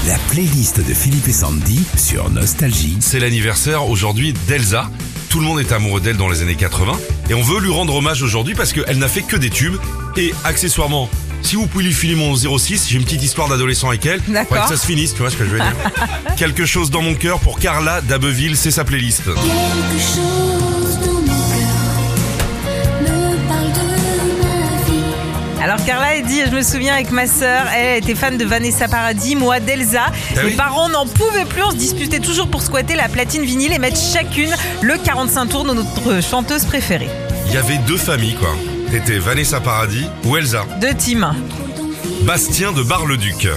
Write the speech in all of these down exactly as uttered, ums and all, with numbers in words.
La playlist de Philippe et Sandy sur Nostalgie. C'est l'anniversaire aujourd'hui d'Elsa. Tout le monde est amoureux d'elle dans les années quatre-vingts. Et on veut lui rendre hommage aujourd'hui parce qu'elle n'a fait que des tubes. Et accessoirement, si vous pouvez lui filer mon zéro six, j'ai une petite histoire d'adolescent avec elle. D'accord. Faudrait que ça se finisse, tu vois ce que je veux dire. Quelque chose dans mon cœur pour Carla d'Abbeville, c'est sa playlist. Quelque chose dans mon cœur me parle de ma vie. Alors Carla, elle dit, je me souviens avec ma sœur, elle était fan de Vanessa Paradis, moi d'Elsa. Ah Les oui. parents n'en pouvaient plus, on se disputait toujours pour squatter la platine vinyle et mettre chacune le quarante-cinq tours de notre chanteuse préférée. Il y avait deux familles, quoi. T'étais Vanessa Paradis ou Elsa. Deux teams. Bastien de Bar-le-Duc. De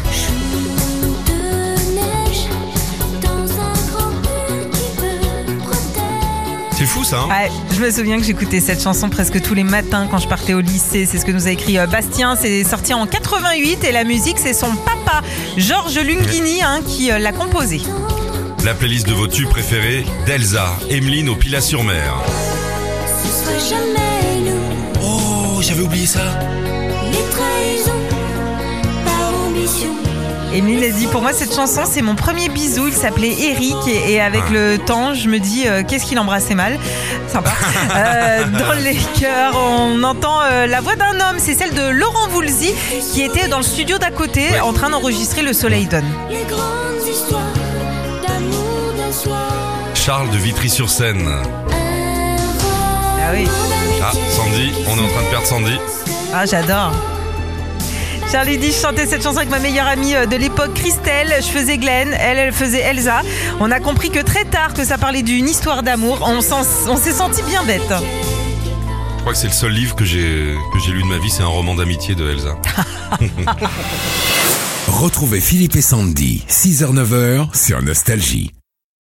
neige dans un grand mur qui me protège. C'est fou ça, hein? Ouais, je me souviens que j'écoutais cette chanson presque tous les matins quand je partais au lycée. C'est ce que nous a écrit euh, Bastien. C'est sorti en quatre-vingt-huit et la musique, c'est son papa, Georges Lunghini, hein, qui euh, l'a composée. La playlist de vos tubes préférés d'Elsa, Emeline au Pilat-sur-Mer. Ce sera jamais nous, Oh, j'avais oublié ça. les trahisons par ambition. Émile a dit, pour moi cette chanson c'est mon premier bisou, il s'appelait Eric et, et avec Ah. le temps je me dis euh, qu'est-ce qu'il embrassait mal. Sympa. Euh, dans les cœurs on entend euh, la voix d'un homme, c'est celle de Laurent Voulzy qui était dans le studio d'à côté Ouais. en train d'enregistrer Le Soleil donne. Les grandes histoires d'amour d'un soir. Charles de Vitry-sur-Seine. Ah oui. Ah, Sandy, on est en train de perdre Sandy. Ah j'adore. Charlie dit, je chantais cette chanson avec ma meilleure amie de l'époque, Christelle. Je faisais Glenn, elle, elle faisait Elsa. On a compris que très tard que ça parlait d'une histoire d'amour. On, s'en- on s'est senti bien bête. Je crois que c'est le seul livre que j'ai que j'ai lu de ma vie, c'est un roman d'amitié de Elsa. Retrouvez Philippe et Sandy, six heures neuf heures sur Nostalgie.